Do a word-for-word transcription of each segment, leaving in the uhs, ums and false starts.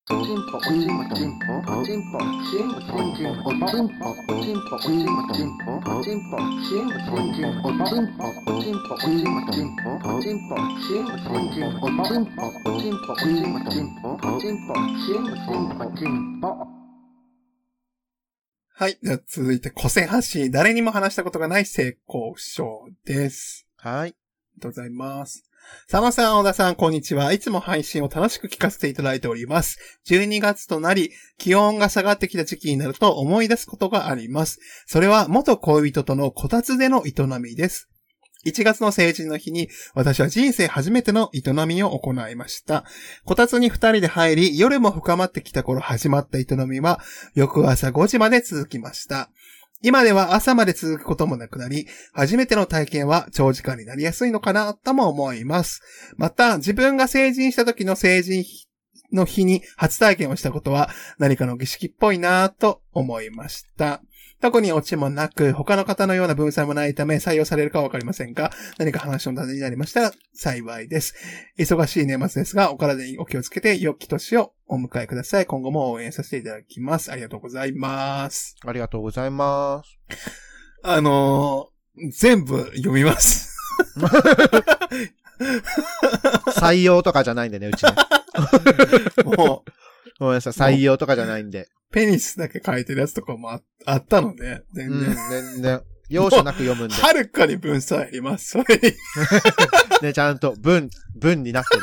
はい。じゃあ続いて、個性発信。誰にも話したことがない成功賞です。 はい。ありがとうございます。佐野さん、小田さん、こんにちは。いつも配信を楽しく聞かせていただいております。じゅうにがつとなり、気温が下がってきた時期になると思い出すことがあります。それは元恋人とのこたつでの営みです。いちがつの成人の日に私は人生初めての営みを行いました。こたつに二人で入り、夜も深まってきた頃始まった営みは翌朝ごじまで続きました。今では朝まで続くこともなくなり、初めての体験は長時間になりやすいのかなとも思います。また、自分が成人した時の成人の日に初体験をしたことは何かの儀式っぽいなと思いました。特にオチもなく、他の方のような文才もないため採用されるかはわかりませんが、何か話の種になりましたら幸いです。忙しい年末ですが、お体にお気をつけて良き年をお迎えください。今後も応援させていただきます。ありがとうございます。 ありがとうございます。 あのー、全部読みます。 採用とかじゃないんでね、うちね。 もう、 ごめんなさい、採用とかじゃないんで。 ペニスだけ書いてるやつとかも あ, あったので、全然。 うん、全然。容赦なく読むんで。 はるかに文才あります、それに。 ね、ちゃんと文、文になってる。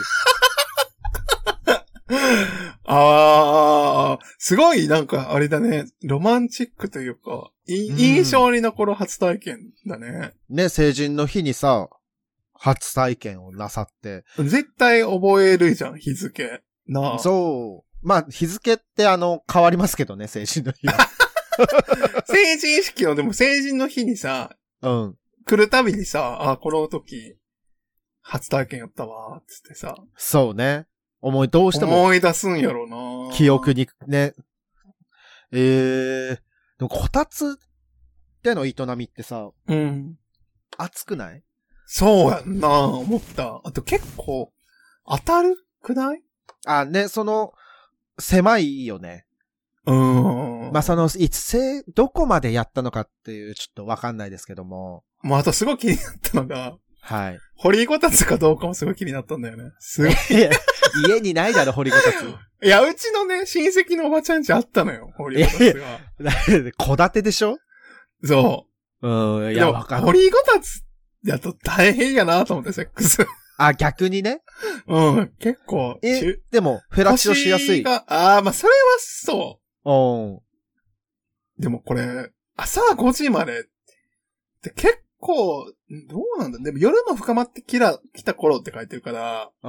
あー、すごいなんかあれだね、ロマンチックというか、い印象に残る初体験だね。 ね、成人の日にさ、初体験をなさって。 絶対覚えるじゃん、日付。なあ。 そう。まあ、日付ってあの、変わりますけどね、成人の日は。 成人式の、でも成人の日にさ、 うん。 来るたびにさ、あ、この時、初体験やったわ、つってさ。 そうね。思い、どうしても。 思い出すんやろな。 記憶に、ね。えー、でもこたつでの営みってさ、 うん。 熱くない？ そうやんな、思った。あと結構、当たるくない？ あ、ね、その、狭いよね。 うーん。 まあ、その、いつせ、どこまでやったのかっていう、ちょっとわかんないですけども。 もうあとすごい気になったのが、 はい。 掘りごたつかどうかもすごい気になったんだよね。すごい。 家にないだろ、掘りごたつ。 いや、うちのね、親戚のおばちゃんちあったのよ、掘りごたつが。 戸建てでしょ？ そう。 うん、いや、わかんない。 掘りごたつだと大変やなと思って、セックス。 あ、逆にね。 うん、結構。 え、でも、フェラチオしやすい。 がああ、まあ、それはそう。 うん。 でもこれ、朝ごじまでって結構、どうなんだ？でも夜も深まってきた、来た頃って書いてるから、 うん。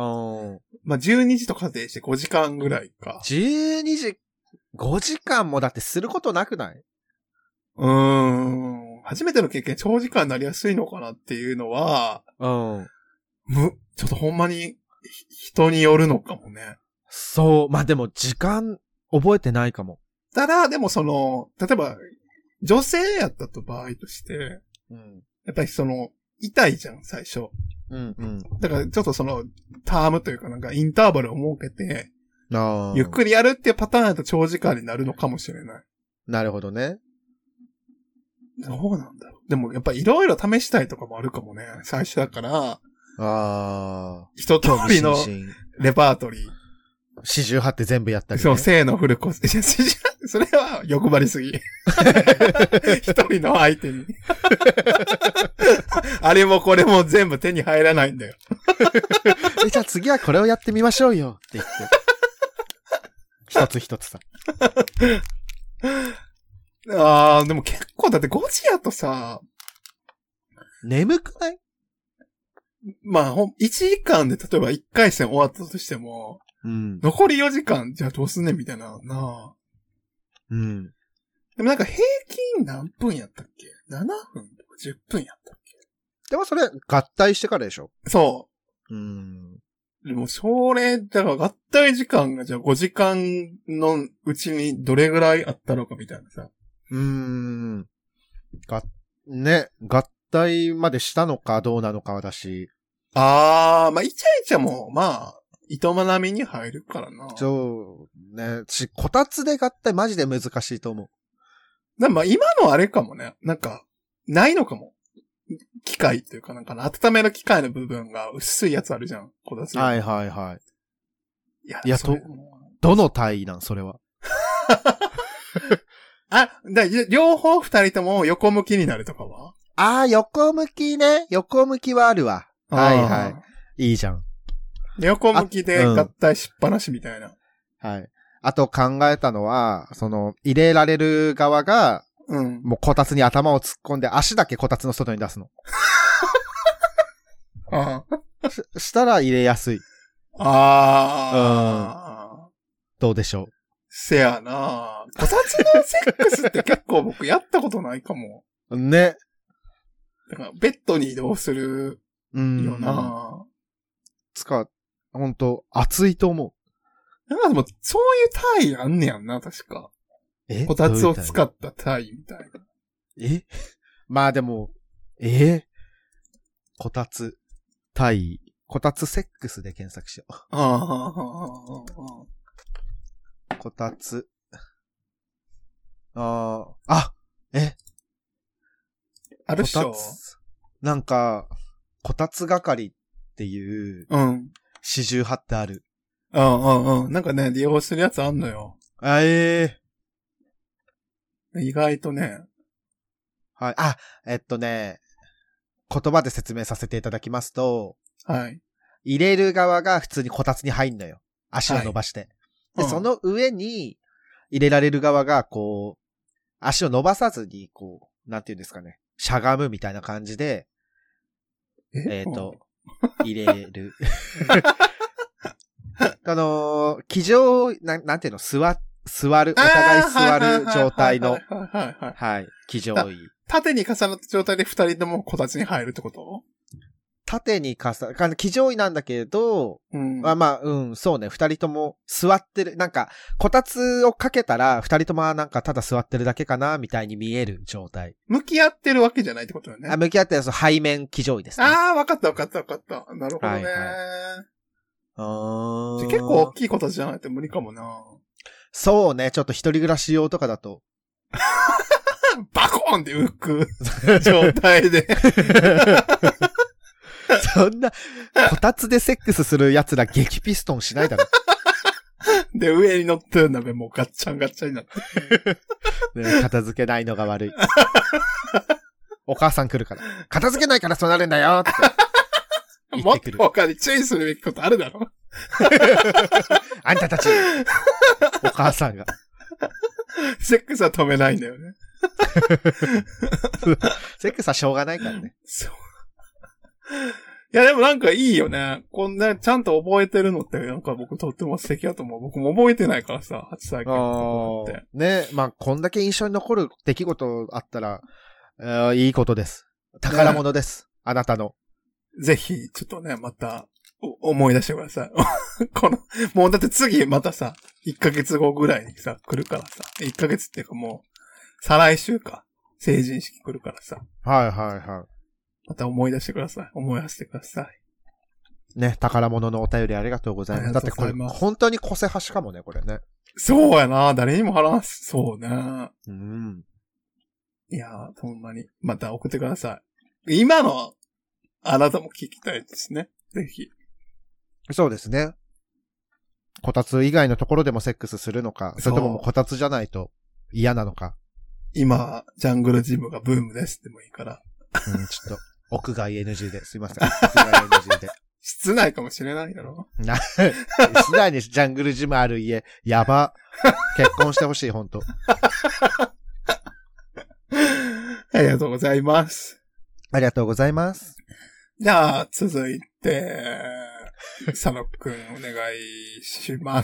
まあ、じゅうにじと仮定してごじかんぐらいか。 じゅうにじ、ごじかんもだってすることなくない？ うーん。初めての経験長時間になりやすいのかなっていうのは、 うん。 む、ちょっとほんまに人によるのかもね。 そう。まあ、でも時間覚えてないかも。 ただ、でもその、例えば、女性やったと場合として、 うん。 やっぱりその、痛いじゃん、最初。 うんうん。 だからちょっとその、タームというかなんかインターバルを設けて、 あゆっくりやるっていうパターンだと長時間になるのかもしれない。 なるほどね。 どうなんだろう。でもやっぱいろいろ試したいとかもあるかもね。最初だから、 ああ。 一通りのレパートリー。 四十八って全部やったり、ね。 そう、性のフルコース。いや、それは欲張りすぎ。一人の相手に。あれもこれも全部手に入らないんだよ。 え、じゃあ次はこれをやってみましょうよって言って。一つ一つさ。 ああ、でも結構だってごじやとさ、 眠くない？ まあ、ほん、いちじかんで例えばいっかい戦終わったとしても、 うん。 残りよじかんじゃあどうすんねんみたいな、なあ。 うん。 でもなんか平均何分やったっけ ?なな 分とかじゅっぷんやったっけ？ でもそれ合体してからでしょ？ そう。うん。 でもそれ、だから合体時間がじゃあごじかんのうちにどれぐらいあったのかみたいなさ。 うーん。が、ね、合体までしたのかどうなのかはだし。 あー、まあ、イチャイチャも、まあ、糸学びに入るからな。 そう、 ね。私、こたつで合体マジで難しいと思う。 でもまあ今のあれかもね。なんか、ないのかも。機械っていうかなんかな、温める機械の部分が薄いやつあるじゃん。こたつ。 はいはいはい。 いや、 いや、と、どの体位なんそれは。 あ、だ両方二人とも横向きになるとかは？ ああ、横向きね。横向きはあるわ。はいはい。いいじゃん。 横向きで合体しっぱなしみたいな。 うん、はい。あと考えたのは、その、入れられる側が、うん。もうこたつに頭を突っ込んで足だけこたつの外に出すの。ああし。したら入れやすい。ああ。うん。どうでしょう。 せやなこたつのセックスって結構僕やったことないかも。 ね。 だからベッドに移動するよなつか、ほんと、熱いと思う。なんかでも、そういう体位あんねやんな、確か。えこたつを使った体位みたいな。 えまあでも、えこたつ、体位、こたつセックスで検索しよう。ああ、こたつ。ああ、あえあるっしょ。 なんか、こたつ係っていう、うん。四十貼ってある。 うんうんうん。なんかね、利用するやつあんのよ。 あえー、意外とね。 はい。あ、えっとね、言葉で説明させていただきますと、はい。入れる側が普通にこたつに入んのよ。足を伸ばして。はい、で、うん、その上に、入れられる側が、こう、足を伸ばさずに、こう、なんていうんですかね、しゃがむみたいな感じで、えっ、ー、と、入れる。あのー、気上、な、なんていうの、座、座る、お互い座る状態の、はい、気上位。 縦に重なった状態で二人ともこたつに入るってこと？ 縦に重な、気上位なんだけど、うん、まあまあ、うん、そうね、二人とも座ってる、なんか、こたつをかけたら、二人ともなんかただ座ってるだけかな、みたいに見える状態。 向き合ってるわけじゃないってことよね。 あ、向き合ってる、その背面気上位ですね。 ああ、わかったわかったわかった。なるほどね。はいはい、あ結構大きいこたつじゃないと無理かもな。 そうね、ちょっと一人暮らし用とかだと。 バコーンって浮く状態で。 そんな、こたつでセックスする奴ら激ピストンしないだろ。 で、上に乗ってる鍋もうガッチャンガッチャンになって。 ね、片付けないのが悪い。お母さん来るから。片付けないからそうなるんだよって。 もっと他に注意するべきことあるだろ。 あんたたち。お母さんが。 セックスは止めないんだよね。 セックスはしょうがないからね。そう。 いやでもなんかいいよね。こんなちゃんと覚えてるのってなんか僕とっても素敵だと思う。僕も覚えてないからさ、はちさいからって。 ね、まあこんだけ印象に残る出来事あったら、えー、いいことです。宝物です。ね、あなたの。 ぜひ、ちょっとね、また、思い出してください。この、もうだって次またさ、いっかげつごぐらいにさ、来るからさ。いっかげつっていうかもう、再来週か。成人式来るからさ。 はいはいはい。 また思い出してください。思い出してください。 ね、宝物のお便りありがとうございます。だってこれ、本当に個性派しかもね、これね。 そうやな。誰にも話す。そうね。うん。いやー、ほんまに。また送ってください。今の、あなたも聞きたいですね。ぜひ。 そうですね。こたつ以外のところでもセックスするのか、それとももうこたつじゃないと嫌なのか。 今、ジャングルジムがブームですってもいいから。 うん、ちょっと、屋外 エヌジー で、すいません。屋外 エヌジー で。 室内かもしれないだろ。 な、室内にジャングルジムある家、やば。結婚してほしい、ほんと。 ありがとうございます。 ありがとうございます。 じゃあ、続いて、佐野くんお願いします。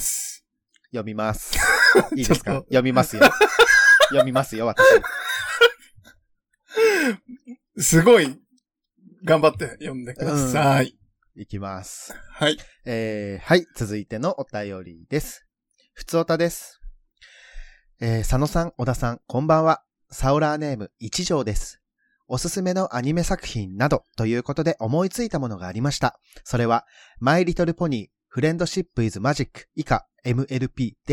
読みます。いいですか？読みますよ。読みますよ、私。 すごい、頑張って読んでください。 うん、いきます。 はい。 えー、はい、続いてのお便りです。ふつおたです。えー、佐野さん、小田さん、こんばんは。サウラーネーム、一条です。おすすめのアニメ作品などということで思いついたものがありました。それは、マイリトルポニー、フレンドシップイズマジック以下 エムエルピー です。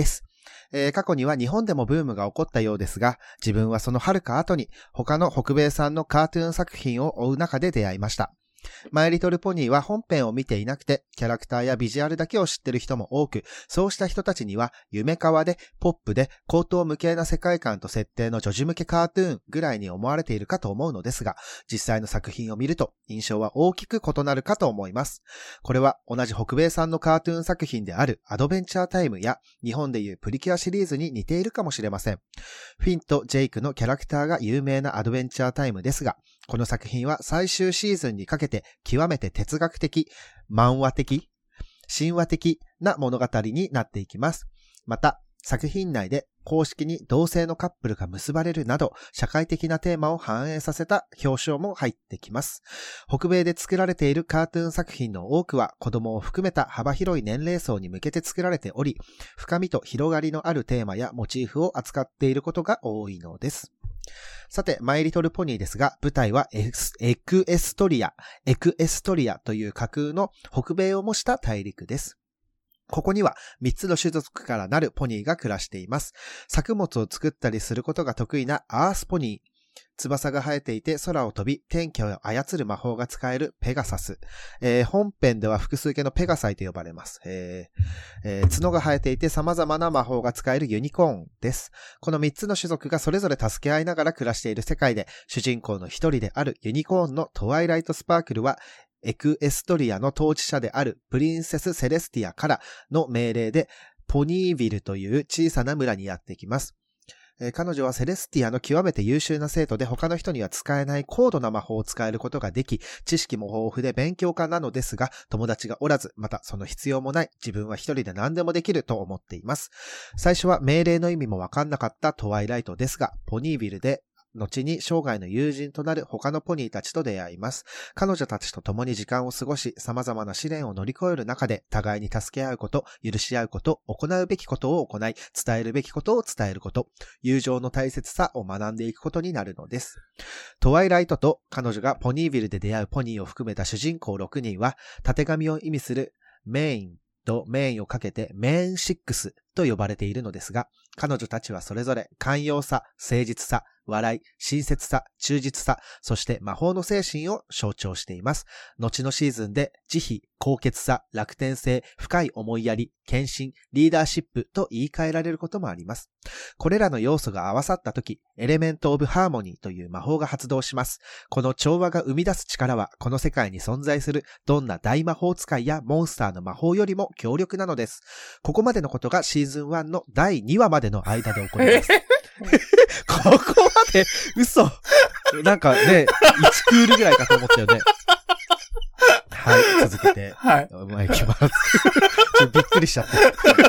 えー、過去には日本でもブームが起こったようですが、自分はその遥か後に他の北米産のカートゥーン作品を追う中で出会いました。マイリトルポニーは本編を見ていなくて、キャラクターやビジュアルだけを知ってる人も多く、そうした人たちには、夢かわで、ポップで、高等無形な世界観と設定の女児向けカートゥーンぐらいに思われているかと思うのですが、実際の作品を見ると、印象は大きく異なるかと思います。これは、同じ北米産のカートゥーン作品であるアドベンチャータイムや、日本でいうプリキュアシリーズに似ているかもしれません。フィンとジェイクのキャラクターが有名なアドベンチャータイムですが、この作品は最終シーズンにかけて極めて哲学的、漫画的、神話的な物語になっていきます。また、作品内で公式に同性のカップルが結ばれるなど、社会的なテーマを反映させた表彰も入ってきます。北米で作られているカートゥーン作品の多くは子供を含めた幅広い年齢層に向けて作られており、深みと広がりのあるテーマやモチーフを扱っていることが多いのです。さて、マイリトルポニーですが、舞台はエクエストリア、エクエストリアという架空の北米を模した大陸です。ここにはみっつの種族からなるポニーが暮らしています。作物を作ったりすることが得意なアースポニー。翼が生えていて空を飛び天気を操る魔法が使えるペガサス、えー、本編では複数形のペガサイと呼ばれます、えーえー、角が生えていて様々な魔法が使えるユニコーンです。このみっつの種族がそれぞれ助け合いながら暮らしている世界で、主人公の一人であるユニコーンのトワイライトスパークルはエクエストリアの統治者であるプリンセスセレスティアからの命令でポニービルという小さな村にやってきます。彼女はセレスティアの極めて優秀な生徒で、他の人には使えない高度な魔法を使えることができ、知識も豊富で勉強家なのですが、友達がおらず、またその必要もない、自分は一人で何でもできると思っています。最初は命令の意味もわかんなかったトワイライトですが、ポニービルで後に生涯の友人となる他のポニーたちと出会います。彼女たちと共に時間を過ごし、様々な試練を乗り越える中で、互いに助け合うこと、許し合うこと、行うべきことを行い、伝えるべきことを伝えること、友情の大切さを学んでいくことになるのです。トワイライトと彼女がポニービルで出会うポニーを含めた主人公ろくにんは、たてがみを意味するメインとメインをかけてメインシックスと呼ばれているのですが、彼女たちはそれぞれ寛容さ、誠実さ、笑い、親切さ、忠実さ、そして魔法の精神を象徴しています。後のシーズンで慈悲、高潔さ、楽天性、深い思いやり、献身、リーダーシップと言い換えられることもあります。これらの要素が合わさったとき、エレメント・オブ・ハーモニーという魔法が発動します。この調和が生み出す力は、この世界に存在するどんな大魔法使いやモンスターの魔法よりも強力なのです。ここまでのことがシーズンワンのだいにわまでの間で起こります。ここまで嘘なんかね、いちクールぐらいかと思ったよね。はい、続けて。 はい。 お前行きます。ちょびっくりしちゃった。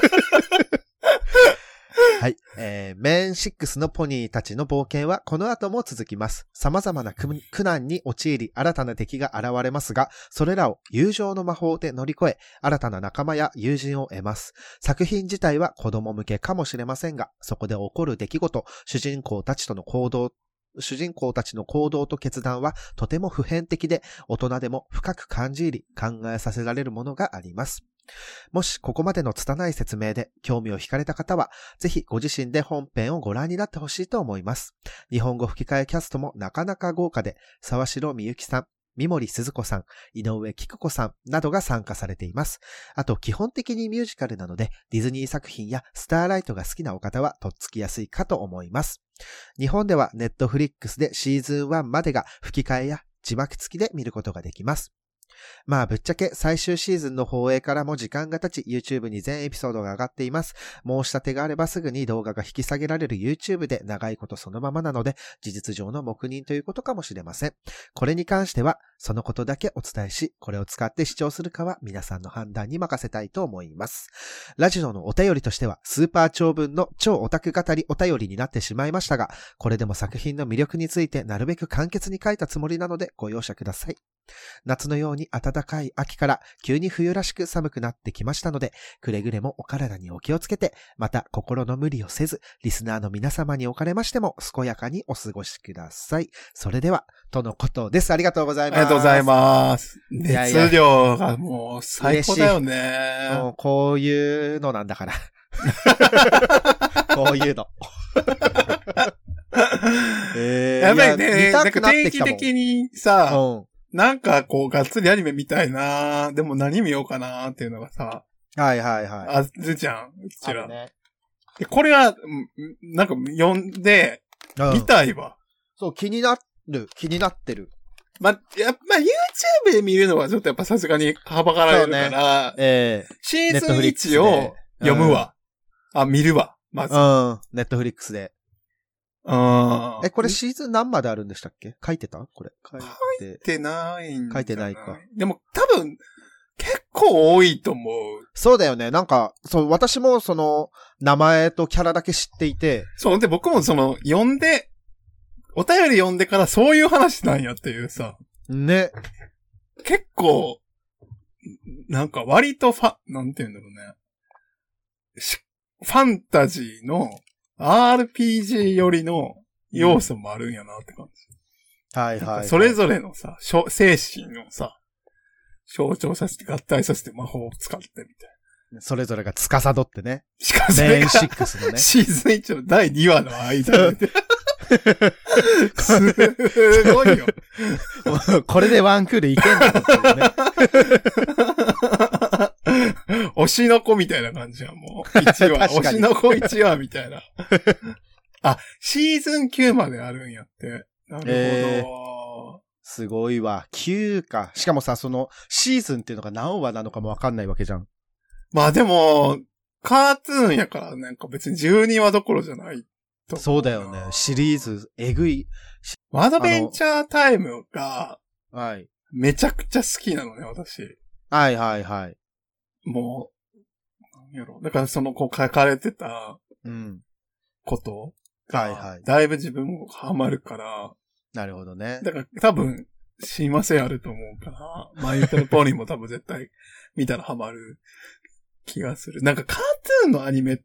はい、えー、メンシックスのポニーたちの冒険はこの後も続きます。様々な苦難に陥り新たな敵が現れますが、それらを友情の魔法で乗り越え、新たな仲間や友人を得ます。作品自体は子供向けかもしれませんが、そこで起こる出来事、主人公たちとの行動、主人公たちの行動と決断はとても普遍的で、大人でも深く感じ入り、考えさせられるものがあります。もしここまでの拙い説明で興味を惹かれた方は、ぜひご自身で本編をご覧になってほしいと思います。日本語吹き替えキャストもなかなか豪華で、沢城みゆきさん、三森鈴子さん、井上菊子さんなどが参加されています。あと基本的にミュージカルなので、ディズニー作品やスターライトが好きなお方はとっつきやすいかと思います。日本ではネットフリックスでシーズンワンまでが吹き替えや字幕付きで見ることができます。まあぶっちゃけ最終シーズンの放映からも時間が経ち YouTube に全エピソードが上がっています。申し立てがあればすぐに動画が引き下げられる YouTube で長いことそのままなので事実上の黙認ということかもしれません。これに関してはそのことだけお伝えし、これを使って視聴するかは皆さんの判断に任せたいと思います。ラジオのお便りとしてはスーパー長文の超オタク語りお便りになってしまいましたが、これでも作品の魅力についてなるべく簡潔に書いたつもりなのでご容赦ください。夏のように暖かい秋から急に冬らしく寒くなってきましたので、くれぐれもお体にお気をつけて、また心の無理をせず、リスナーの皆様におかれましても健やかにお過ごしください。それでは、とのことです。ありがとうございます。 ありがとうございます。熱量がもう最高だよね。 もうこういうのなんだから。 そういうの。 えー、やばいね。いなんか定期的にさ、うん、なんかこう、がっつりアニメ見たいなでも何見ようかなっていうのがさ、 はいはいはい。 あるじゃん、うちら。ね、でこれは、なんか読んで、見たいわ、うん。 そう、気になる、気になってる。 ま、やっぱ YouTube で見るのはちょっとやっぱさすがにはばかられるから、ねえー、シーズンいちを読むわ。うん、あ、見るわ。まず。 うん。ネットフリックスで。 あえ、これシーズン何まであるんでしたっけ？書いてたこれ。 書いて。書いてないん書いてないか。 でも多分、結構多いと思う。 そうだよね。なんか、そう、私もその、名前とキャラだけ知っていて。 そう、で僕もその、読んで、お便り読んでからそういう話なんやっていうさ。 ね。 結構、なんか割とファ、なんて言うんだろうね。ファンタジーの アールピージー よりの要素もあるんやなって感じ。 はいはい、はい。 それぞれのさ、精神をさ、象徴させて合体させて魔法を使ってみたいな。それぞれが司ってね。 しかもそれがシックスのね。 シーズンいちのだいにわの間で。すごいよ。 これでワンクールいけんだっていうね。 推しの子みたいな感じやん、もう。いちわ。推しの子いちわみたいな。あ、シーズンきゅうまであるんやって。なるほど。えー、 すごいわ。きゅうか。しかもさ、その、シーズンっていうのが何話なのかもわかんないわけじゃん。 まあでも、カートゥーンやからなんか別にじゅうにわどころじゃないと。 そうだよね。シリーズ、えぐい。 アドベンチャータイムが、 はい。 めちゃくちゃ好きなのね、私。 はいはいはい。 もう、なんやろ。だからその、こう書かれてた、 うん。 ことが、 はいはい。 だいぶ自分もハマるから。 なるほどね。 だから多分、親和性あると思うから、マイリトルポニーも多分絶対見たらハマる気がする。なんかカートゥーンのアニメって、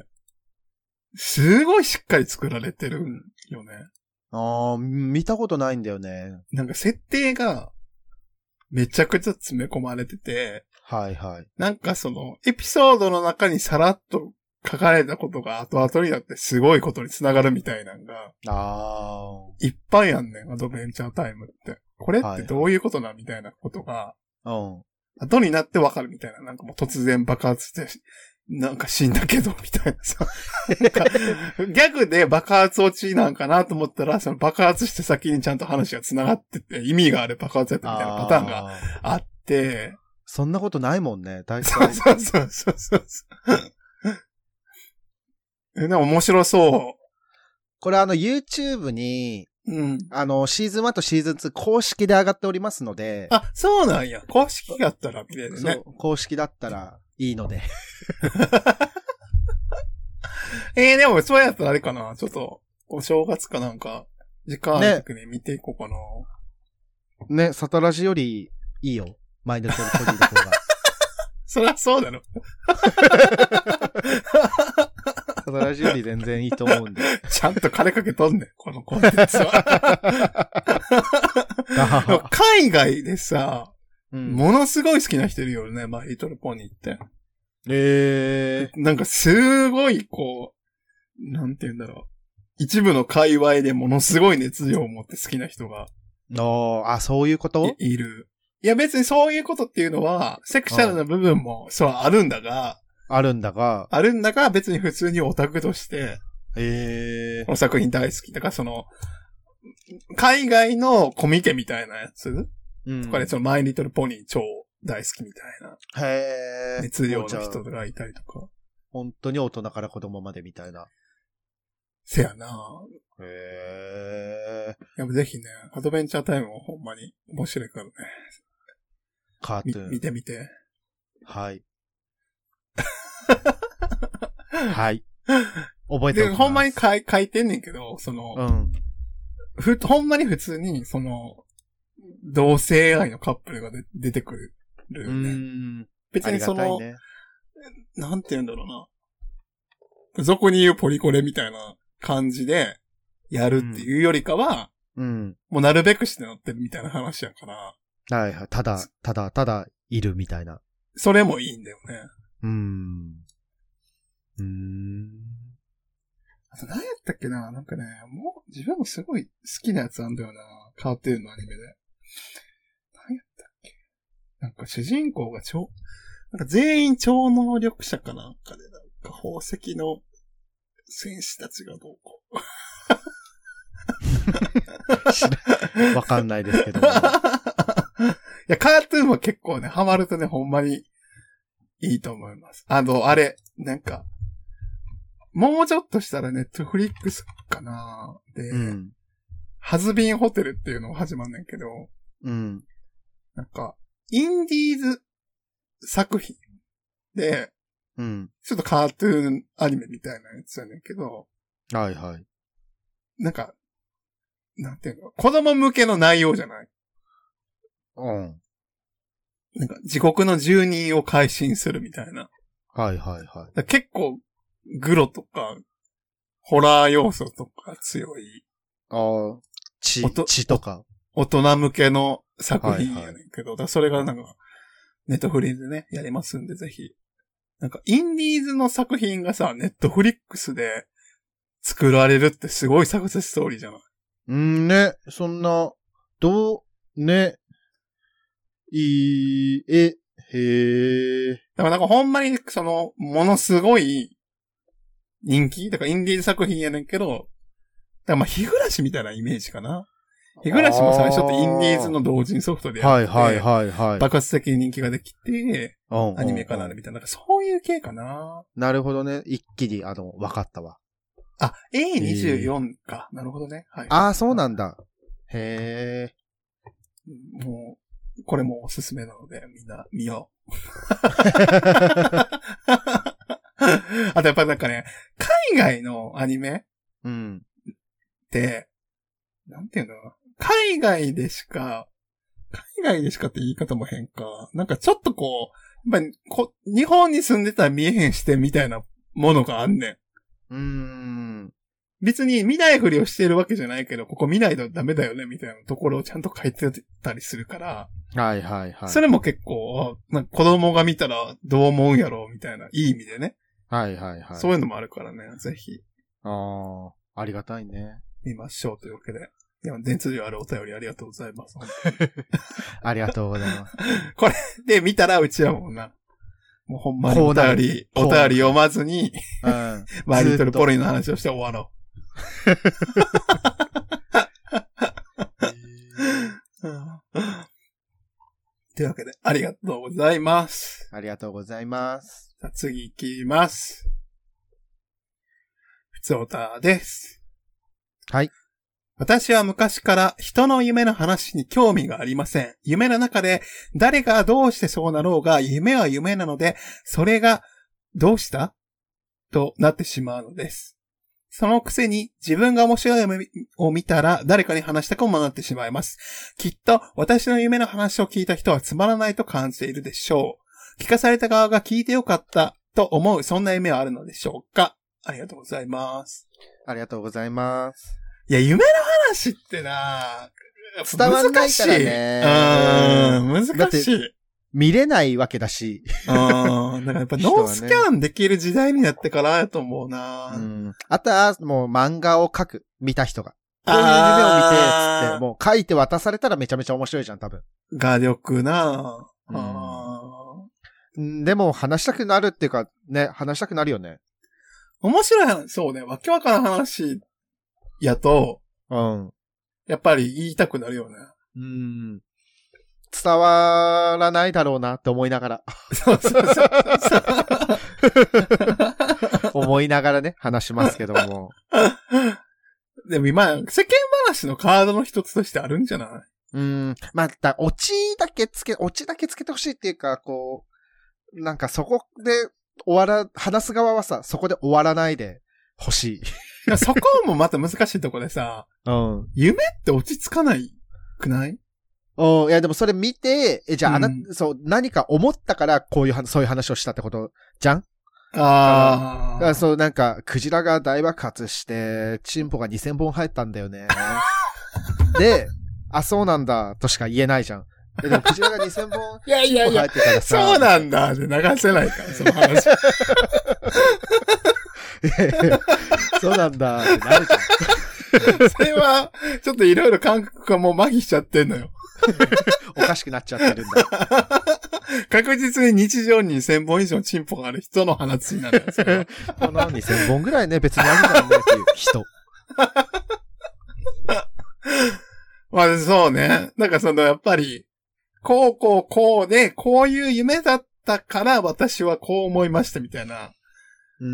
すごいしっかり作られてるんよね。 ああ、見たことないんだよね。 なんか設定が、めちゃくちゃ詰め込まれてて、 はいはい。 なんかその、エピソードの中にさらっと書かれたことが後々になってすごいことにつながるみたいなのが、 あいっぱいあんねん、アドベンチャータイムって。これってどういうことなみたいなことが、 はい、 後になってわかるみたいな、なんかもう突然爆発して、なんか死んだけど、みたいなさ。なんかギャグで爆発落ちなんかなと思ったら、その爆発して先にちゃんと話が繋がってて、意味がある爆発やったみたいなパターンがあって、 そんなことないもんね、大体。そうそうそうそうそう。え、でも面白そう。 これあの YouTube に、 うん。 あの、シーズンワンとシーズンツー公式で上がっておりますので。 あ、そうなんや。公式だったら見れるね。そう、 公式だったらいいので。 えー、でもそうやったらあれかな。ちょっと、お正月かなんか、時間ある時に見ていこうかな。 ね、ねサタラジよりいいよ。マイナスよりポジの方が。 そりゃそうだろ。 サタラジより全然いいと思うんで。 ちゃんと金かけとんねん、このコンテンツは。海外でさ、うん、ものすごい好きな人いるよね、マイリトルポニーって。 えー、 なんかすごい、こう、なんて言うんだろう。一部の界隈でものすごい熱量を持って好きな人が。 おあ、そういうことい, いる。いや別にそういうことっていうのは、セクシャルな部分もそうあるんだが、 あるんだが、 あるんだが別に普通にオタクとして、 えー、 この作品大好き。だからその、海外のコミケみたいなやつ、うん、とかでそのマイリトルポニー超大好きみたいな。 へー。 熱量の人がいたりとか。 本当に大人から子供までみたいな。 せやなへー。 やっぱぜひね、アドベンチャータイムもほんまに面白いからね。 カートゥーン。 見てみて。 はい。はい。覚えておきます。で、 ほんまに書い、書いてんねんけど、その、 うん。 ふ、ほんまに普通に、その、同性愛のカップルがで出てくる、ね。 うん。 別にその、ね、なんて言うんだろうな。そこに言うポリコレみたいな感じで、やるっていうよりかは、 うん。 もうなるべくしてなってるみたいな話やから。 はいはい。ただ、ただ、ただ、いるみたいな。 それもいいんだよね。 うーん。うーん。 あと何やったっけな、なんかね、もう自分もすごい好きなやつあんだよな、カートゥーンのアニメで。何やったっけ。なんか主人公が超、なんか全員超能力者かなんかで、なんか宝石の戦士たちがどうこう。 わかんないですけど。いや、カートゥーンは結構ね、ハマるとね、ほんまにいいと思います。あの、あれ、なんか、もうちょっとしたらネットフリックスかなで、うん、ハズビンホテルっていうのが始まんねんけど、 うん、 なんか、インディーズ作品で、 うん、 ちょっとカートゥーンアニメみたいなやつやねんけど、 はいはい。 なんか、なんていうの、子供向けの内容じゃない？ うん。 なんか、地獄の住人を改心するみたいな。 はいはいはい。 結構、グロとか、ホラー要素とか強い。 ああ、血、血とか。 大人向けの作品やねんけど、はいはい、だそれがなんか、ネットフリーでね、やりますんで、ぜひ。なんか、インディーズの作品がさ、ネットフリックスで作られるってすごいサクセスストーリーじゃない？ うんね、そんな、どう、ね、いい、え、へえ。 だからなんかほんまに、その、ものすごい人気？だからインディーズ作品やねんけど、だからまあ、日暮らしみたいなイメージかな。日暮らしも最初ってインディーズの同人ソフトでやって、 はいはいはいはい。 爆発的に人気ができて、アニメ化なるみたいな、なんかそういう系かな。 なるほどね。一気に、あの、分かったわ。 あ、エーにじゅうよん か。なるほどね。はい。 ああ、そうなんだ。へえ。もう、これもおすすめなので、みんな見よう。あとやっぱなんかね、海外のアニメうん。 って、なんていうの？海外でしか、海外でしかって言い方も変か。なんかちょっとこう、やっぱりこ日本に住んでたら見えへん視点みたいなものがあんねん。 うーん。 別に見ないふりをしてるわけじゃないけど、ここ見ないとダメだよねみたいなところをちゃんと書いてたりするから。 はいはいはい。 それも結構、なんか子供が見たらどう思うんやろうみたいな、いい意味でね。 はいはいはい。 そういうのもあるからね、ぜひ。 ああ、ありがたいね。 見ましょうというわけで。いや、電通量あるお便りありがとうございます。 ありがとうございます。 これで見たらうちはもうな、もうほんまにお便り、お便り読まずに、うん、マイリトルポリの話をして終わろう。というわけで、ありがとうございます。 ありがとうございます。 さあ次行きます。ふつおたです。 はい。 私は昔から人の夢の話に興味がありません。夢の中で誰がどうしてそうなろうが夢は夢なので、それがどうしたとなってしまうのです。そのくせに自分が面白い夢を見たら誰かに話したくもなってしまいます。きっと私の夢の話を聞いた人はつまらないと感じているでしょう。聞かされた側が聞いてよかったと思うそんな夢はあるのでしょうか。ありがとうございます。 ありがとうございます。 いや、夢の話ってな伝わんないからね。 うん、難しい。 見れないわけだし。 うん。だからやっぱノースキャンできる時代になってからやと思うな、 うん。あとはもう漫画を描く、見た人が。こういう夢を見て、つって、もう書いて渡されたらめちゃめちゃ面白いじゃん、多分。 画力な、 うん、あでも話したくなるっていうか、ね、話したくなるよね。 面白い話、そうね、わけわからん話やと、 うん。やっぱり言いたくなるよね。 うん。伝わらないだろうなって思いながら。 そうそうそう思いながらね、話しますけども。 でも今、世間話のカードの一つとしてあるんじゃない？ うん。また、オチだけつけ、オチだけつけてほしいっていうか、こう、なんかそこで終わら、話す側はさ、そこで終わらないでほしい。 そこもまた難しいとこでさ、 うん。 夢って落ち着かないくない？ うん。いや、でもそれ見て、え、じゃあ、あな、うん、そう、何か思ったから、こういう、そういう話をしたってことじゃん？ ああ。 そう、なんか、クジラが大爆発して、チンポがにせんぼん入ったんだよね。で、あ、そうなんだ、としか言えないじゃん。でも、クジラがにせんぼん、 いやいやいや、そうなんだ、で流せないから、その話。 そうなんだってなるじゃん。 それは、ちょっといろいろ感覚がもう麻痺しちゃってんのよ。 おかしくなっちゃってるんだ。 確実に日常ににせんぼん以上チンポがある人の話になるんですよ。 このにせんぼんぐらいね、別にあるじゃんねっていう人。 まあそうね。なんかそのやっぱり、こうこうこうで、こういう夢だったから私はこう思いましたみたいな。 うん。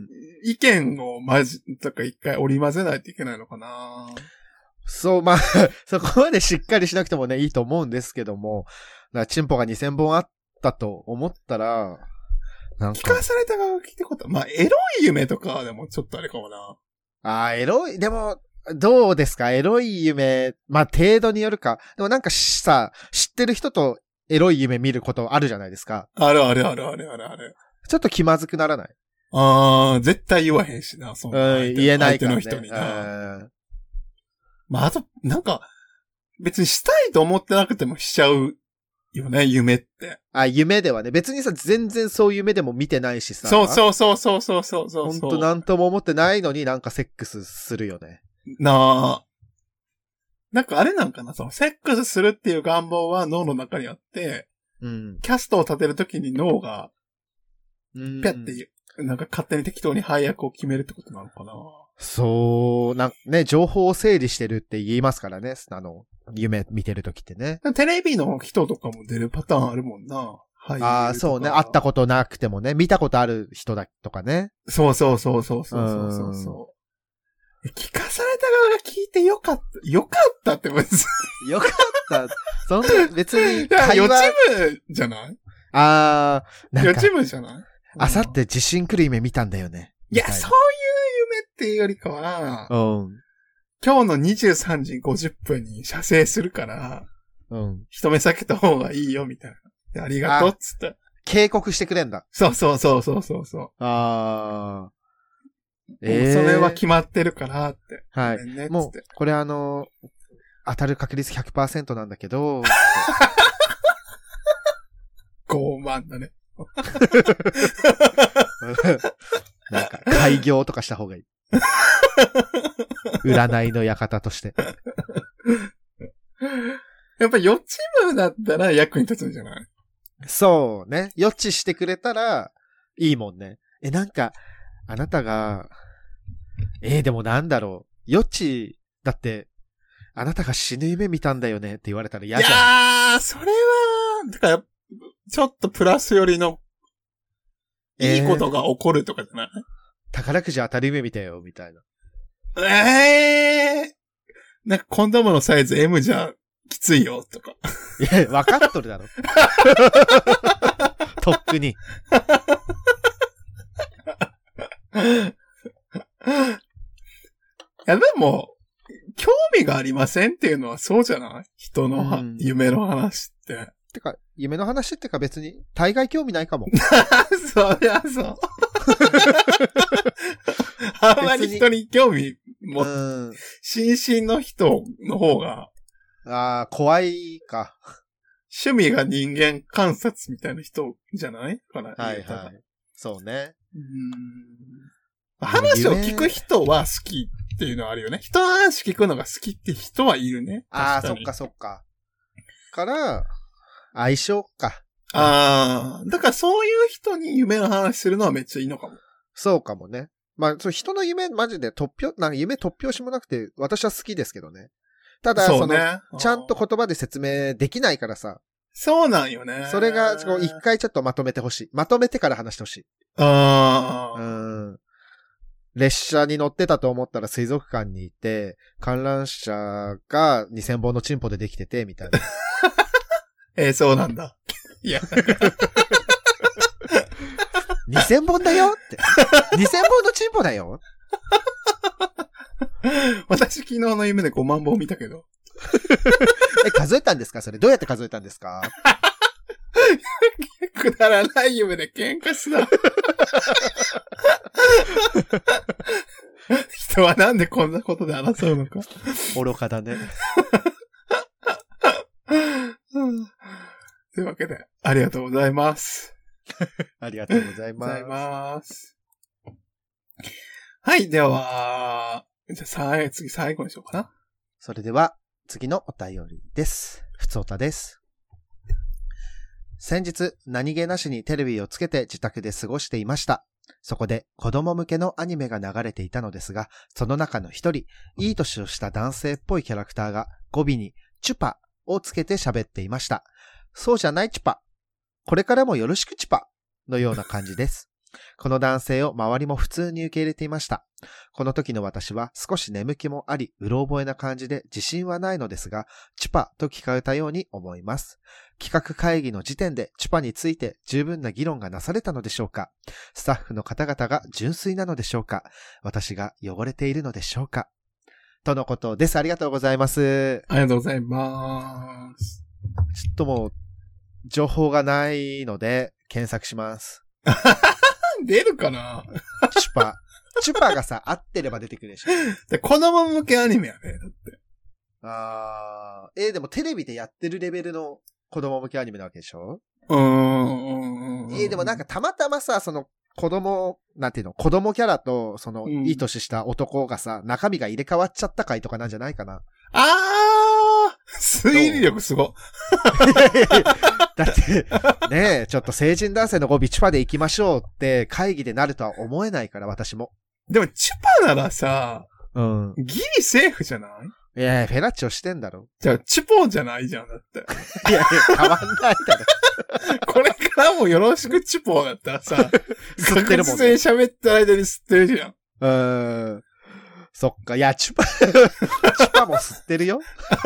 意見をまじ、とか一回織り交ぜないといけないのかな。 そう、まあ、そこまでしっかりしなくてもね、いいと思うんですけども、だからチンポがにせんぼんあったと思ったら、なんか。 聞かされた側が聞いたこと、まあ、エロい夢とかでもちょっとあれかもな。 ああ、エロい、でも、どうですかエロい夢、まあ、程度によるか。でもなんかさ、知ってる人とエロい夢見ることあるじゃないですか。 あるあるあるあるあるある。 ちょっと気まずくならない？ ああ、絶対言わへんしな、そんな。 うん、言えないからね。 相手の人にな。まあ、あと、なんか、別にしたいと思ってなくてもしちゃうよね、夢って。 あ、夢ではね。別にさ、全然そういう夢でも見てないしさ。 そうそうそうそうそうそうそう。 ほんとなんとも思ってないのになんかセックスするよね。 なあ。なんかあれなんかな、そのセックスするっていう願望は脳の中にあって、 うん。 キャストを立てるときに脳が、 うん。 ぴゃっていう、なんか勝手に適当に配役を決めるってことなのかな。 そう、なんね、情報を整理してるって言いますからね。あの、夢見てるときってね。 テレビの人とかも出るパターンあるもんな。はい。 ああ、そうね。会ったことなくてもね。見たことある人だとかね。 そうそうそうそうそうそうそう。聞かされた側が聞いてよかった。よかったって別に。 よかった。そんな、別に会話。 予知夢じゃない？ ああ、なんか。 予知夢じゃない？ あさって地震来る夢見たんだよね。 いや、そういう夢っていうよりかは、 うん。 今日のにじゅうさんじごじゅっぷんに射精するから、 うん。 一目避けた方がいいよ、みたいな。ありがとう、っつって。 警告してくれんだ。 そうそうそうそうそうそう。 ああ。ええー、それは決まってるから、って。 はい。 ね、 もう、これあの、当たる確率 ひゃくパーセント なんだけど、 傲慢だね。 なんか、開業とかした方がいい。占いの館として。 やっぱ予知夢だったら役に立つんじゃない？ そうね。予知してくれたら、いいもんね。え、なんか、あなたが、えー、でもなんだろう。予知、だって、あなたが死ぬ夢見たんだよねって言われたら嫌じゃん。 いやー、それは、だから、ちょっとプラスよりの、いいことが起こるとかじゃない？えー、 宝くじ当たる夢見たよ、みたいな。 ええー、なんかコンドームのサイズ エム じゃきついよ、とか。 いや、分かっとるだろ。とっくに。 いや、でも、興味がありませんっていうのはそうじゃない？人のは、うん、夢の話って。 てか、夢の話ってか別に、大概興味ないかも。 そりゃそう。あんまり人に興味も、うん、心身の人の方が。 ああ、怖いか。 趣味が人間観察みたいな人じゃないかな。 はいはい。そうね。 うーん、話を聞く人は好きっていうのはあるよね。人の話聞くのが好きって人はいるね。 ああ、そっかそっか。から、相性か。 ああ、だからそういう人に夢の話するのはめっちゃいいのかも。 そうかもね。まあ、そう人の夢マジで突拍、なんか夢突拍子もなくて私は好きですけどね。ただ、そ,、ね、その、ちゃんと言葉で説明できないからさ。 そうなんよね。 それが、一回ちょっとまとめてほしい。まとめてから話してほしい。 ああ。 うん。列車に乗ってたと思ったら水族館にいて、観覧車がにせんぼんのチンポでできてて、みたいな。 えー、そうなんだ。いや。 にせんぼんだよって。にせんぼんのチンポだよ。 私昨日の夢でごまんぼん見たけど。 え、数えたんですかそれ。どうやって数えたんですか？ くだらない夢で喧嘩すな。人はなんでこんなことで争うのか。 愚かだね。 というわけで、ありがとうございます。 ありがとうございます。 ありがとうございます。 はい、では、じゃあさい、次最後にしようかな。 それでは、次のお便りです。ふつおたです。先日、何気なしにテレビをつけて自宅で過ごしていました。そこで子供向けのアニメが流れていたのですが、その中の一人、いい年をした男性っぽいキャラクターが語尾にチュパをつけて喋っていました。そうじゃないチュパ。これからもよろしくチュパのような感じです。この男性を周りも普通に受け入れていました。この時の私は少し眠気もあり、うろ覚えな感じで自信はないのですが、チュパと聞かれたように思います。企画会議の時点でチュパについて十分な議論がなされたのでしょうか？スタッフの方々が純粋なのでしょうか？私が汚れているのでしょうか？とのことです。ありがとうございます。 ありがとうございます。 ちょっともう、情報がないので、検索します。 出るかな？ チュパ。チュパがさ、合ってれば出てくるでしょ。 で、子供向けアニメやね、だって。 あー、えー、でもテレビでやってるレベルの子供向けアニメなわけでしょ？ うーん。 えー、でもなんかたまたまさ、その子供、なんていうの、子供キャラと、その、いい年した男がさ、中身が入れ替わっちゃった回とかなんじゃないかな。 あー、推理力すご。 だって、ねえ、ちょっと成人男性の語尾チュパで行きましょうって会議でなるとは思えないから、私も。 でも、チュパならさ、 うん。 ギリセーフじゃない？ いやいや、フェラッチョしてんだろ。 じゃあ、チュポじゃないじゃん、だって。 いやいや、変わんないだろ。 これからもよろしくチュポだったらさ、 吸ってるもんね。 確実に喋ってる間に吸ってるじゃん。 うーん。そっか、いや、チュパ、チュパも吸ってるよ。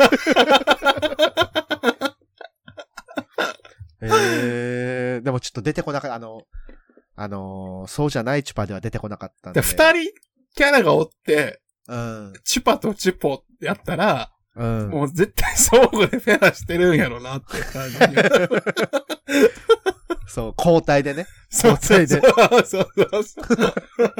えー、でもちょっと出てこなかった、あの、あのー、そうじゃないチュパでは出てこなかったんで。 二人キャラがおって、 うん、 チュパとチュポってやったら、 うん、 もう絶対相互でフェラしてるんやろなって感じ。 そう、交代でね。交代で。 そうそうそうそう。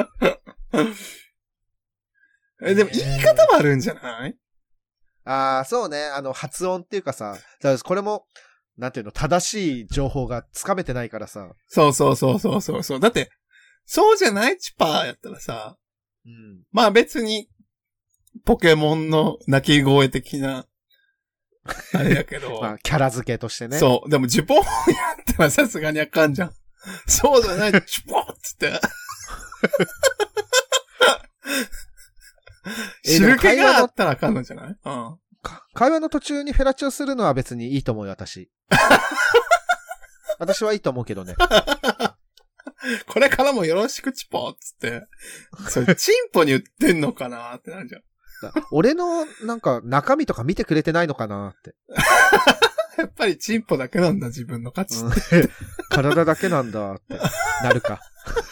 え、でも言い方もあるんじゃない？ ああ、そうね。あの、発音っていうかさ、これも、なんていうの、正しい情報がつかめてないからさ。 そうそうそうそうそうそう。だって、そうじゃないチュパーやったらさ、うん、まあ別に、ポケモンの鳴き声的な、あれやけど。 まあ、キャラ付けとしてね。 そう。でも、ジュポーンやったらさすがにあかんじゃん。そうじゃない、ジュポーンっつって。汁気があったらあかんのじゃない？うん。 会話の途中にフェラチオするのは別にいいと思うよ、私。私はいいと思うけどね。 これからもよろしくチポーっつって。それ、チンポに言ってんのかなってなるじゃん。 俺の、なんか、中身とか見てくれてないのかなって。 やっぱりチンポだけなんだ、自分の価値って。 うん、体だけなんだってなるか。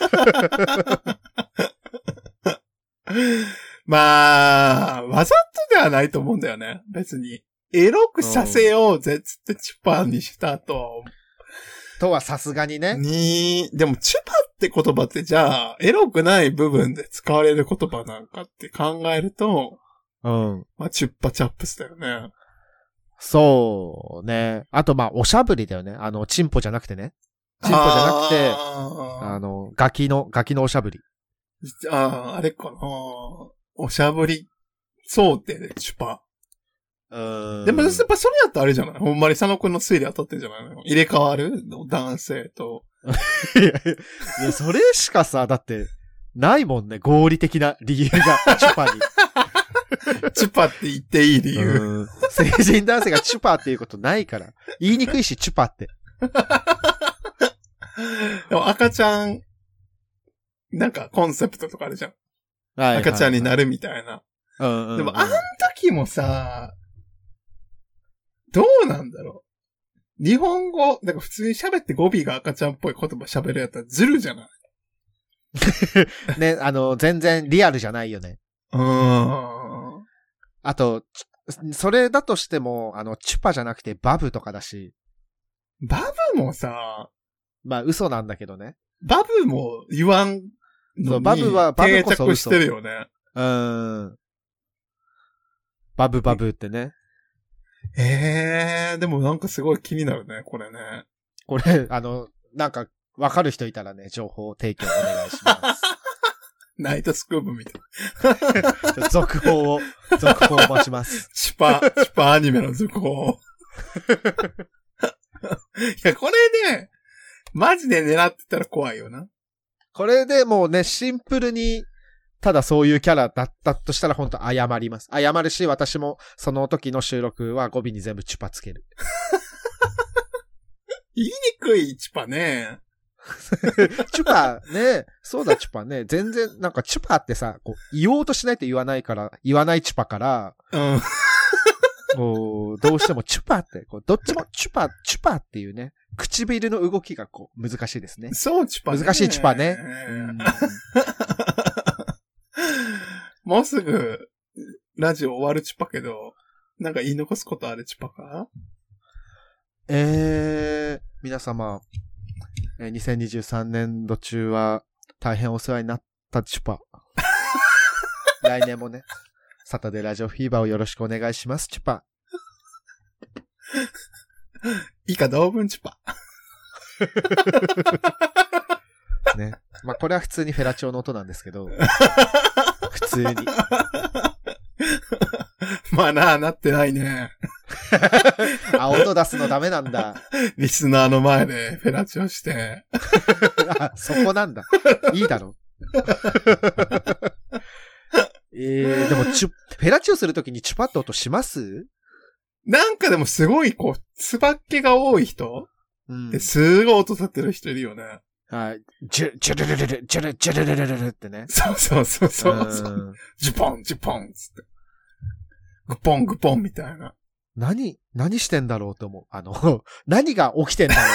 まあ、わざとではないと思うんだよね。別に。エロくさせようぜっつってチュパにしたと。 とはさすがにね。 に、でもチュパって言葉ってじゃあ、エロくない部分で使われる言葉なんかって考えると、 うん。 まあ、チュッパチャップスだよね。 そうね。あとまあ、おしゃぶりだよね。あの、チンポじゃなくてね。チンポじゃなくて、あの、ガキの、ガキのおしゃぶり。 ああ、あれかな。おしゃぶり、そうってね、チュパ。 うん。 でも、やっぱそれやったらあれじゃない？ほんまに佐野くんの推理当たってんじゃないの？入れ替わる男性と。 いやいや、それしかさ、だって、ないもんね。合理的な理由が、チュパに。 チュパって言っていい理由。 成人男性がチュパっていうことないから。言いにくいし、チュパって。 でも赤ちゃん、なんかコンセプトとかあるじゃん。 はいはいはい、 赤ちゃんになるみたいな。 うんうんうん、 でもあん時もさ、どうなんだろう。日本語、なんか普通に喋って語尾が赤ちゃんっぽい言葉喋るやったらずるじゃないね、あの、全然リアルじゃないよね。 うーん。 あと、それだとしても、あの、チュパじゃなくてバブとかだし。 バブもさ、 まあ嘘なんだけどね。 バブも言わんのにバブは、バブこそ定着してるよね。 うん。バブバブってね。 ええー、でもなんかすごい気になるね、これね。 これ、あの、なんか、わかる人いたらね、情報提供お願いします。 ナイトスクープみたいな。続報を、続報を待ちます。 チュパ、チュパアニメの続報を。いや、これね、マジで狙ってたら怖いよな。 これでもうね、シンプルに、ただそういうキャラだったとしたら本当謝ります。謝るし、私もその時の収録は語尾に全部チュパつける。 言いにくいチュパね。 チュパね、そうだチュパね。全然なんかチュパってさ、こう言おうとしないと言わないから、言わないチュパから、うん、こうどうしてもチュパってこうどっちもチュパチュパっていうね、唇の動きがこう難しいですね。 そうチュパね。 難しいチュパね。うん、 もうすぐラジオ終わるチュパけど、なんか言い残すことあるチュパか？ えー、皆様、にせんにじゅうさんねん度中は大変お世話になったチュパ。来年もね、サタデーラジオフィーバーをよろしくお願いします、チュパ。 以下同文チュパ。 ね。まあ、これは普通にフェラチオの音なんですけど、普通に。 まあなあ、なってないね。 あ、音出すのダメなんだ。 リスナーの前でフェラチオして。 あ、そこなんだ。いいだろ。えー、でもチュ、フェラチオするときにチュパって音します？ なんかでもすごいこう、つばっ気が多い人、うん、すごい音立ってる人いるよね。 はい。ジュ、ジュルルルル、ジュル、ジュルルルルルってね。 そうそうそうそう。ジュポン、ジュポンつって。グポングポンみたいな。 何、何してんだろうと思う。あの、何が起きてんだろう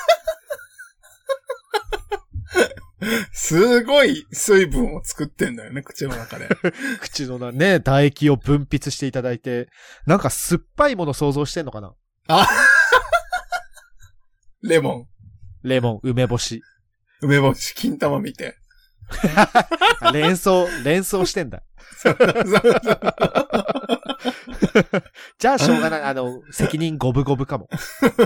って。すごい水分を作ってんだよね、口の中で。 口の中ね、唾液を分泌していただいて、なんか酸っぱいもの想像してんのかな？ あレモン。 レモン、梅干し。 梅干し、金玉見て。 連想、連想してんだ。じゃあしょうがない。あの、責任五分五分かも。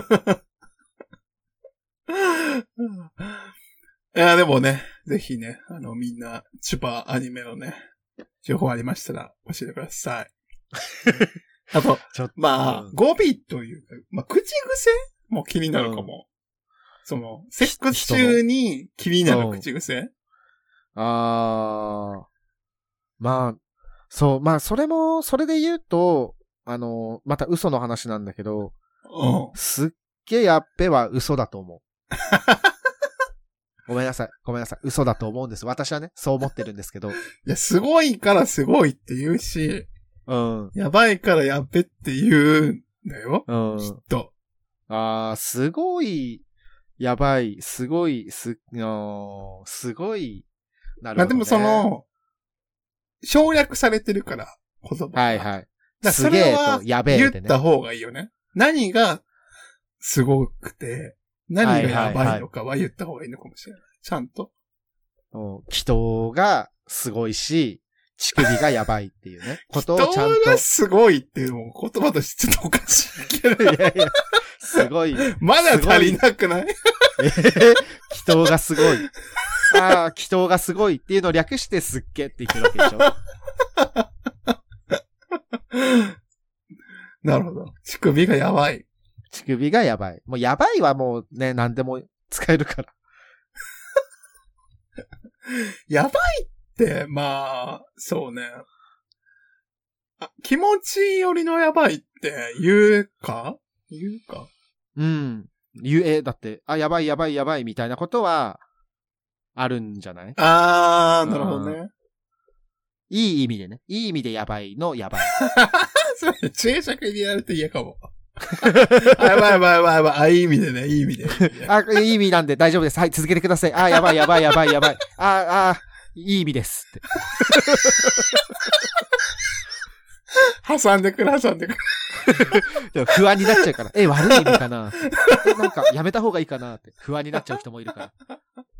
いや、でもね、ぜひね、あの、みんな、チュパアニメのね、情報ありましたら教えてください。あと、まあ、うん、語尾というか、まあ、口癖も気になるかも。うん、その、セックス中に気になる口癖、うん、 あー。まあ、そう、まあ、それも、それで言うと、あの、また嘘の話なんだけど、 うん、 すっげえやっべは嘘だと思う。ごめんなさい。ごめんなさい。嘘だと思うんです。私はね、そう思ってるんですけど。いや、すごいからすごいって言うし、 うん。 やばいからやっべって言うんだよ。 うん。 きっと。 あー、すごい、やばい、すごい、す、のすごい、なるほど、ね。まあでもその、省略されてるから、言葉が。 はいはい。 だそれは言った方がいいよね。何がすごくて、何がやばいのかは言った方がいいのかもしれない。ちゃんと。 祈祷がすごいし、乳首がやばいっていうね。ことをちゃんと。 祈祷がすごいっていうのも言葉としてちょっとおかしいけど。いやいや、 すごい。 まだ足りなくない？ えー、祈祷がすごい。ああ、祈祷がすごいっていうのを略してすっげって言ってるわけでしょ。 なるほど。乳首がやばい。 乳首がやばい。もうやばいはもうね、何でも使えるから。 やばいって、まあ、そうね。あ、気持ちよりのやばいって言うか言うかうん。言え、だって、あ、やばいやばいやばいみたいなことは、あるんじゃない？ あー、なるほどね。 いい意味でね。いい意味でやばいのやばい。 それ、注釈入れられて嫌かも。あ、やばいやばいやばいやばい。あ、いい意味でね、いい意味で。 あ、いい意味なんで大丈夫です。はい、続けてください。あ、やばいやばいやばいやばい。あ、あ、いい意味ですって。 挟んでくる、挟んでくる。 でも不安になっちゃうから。え、悪い意味かな？え、なんかやめた方がいいかなって。不安になっちゃう人もいるから。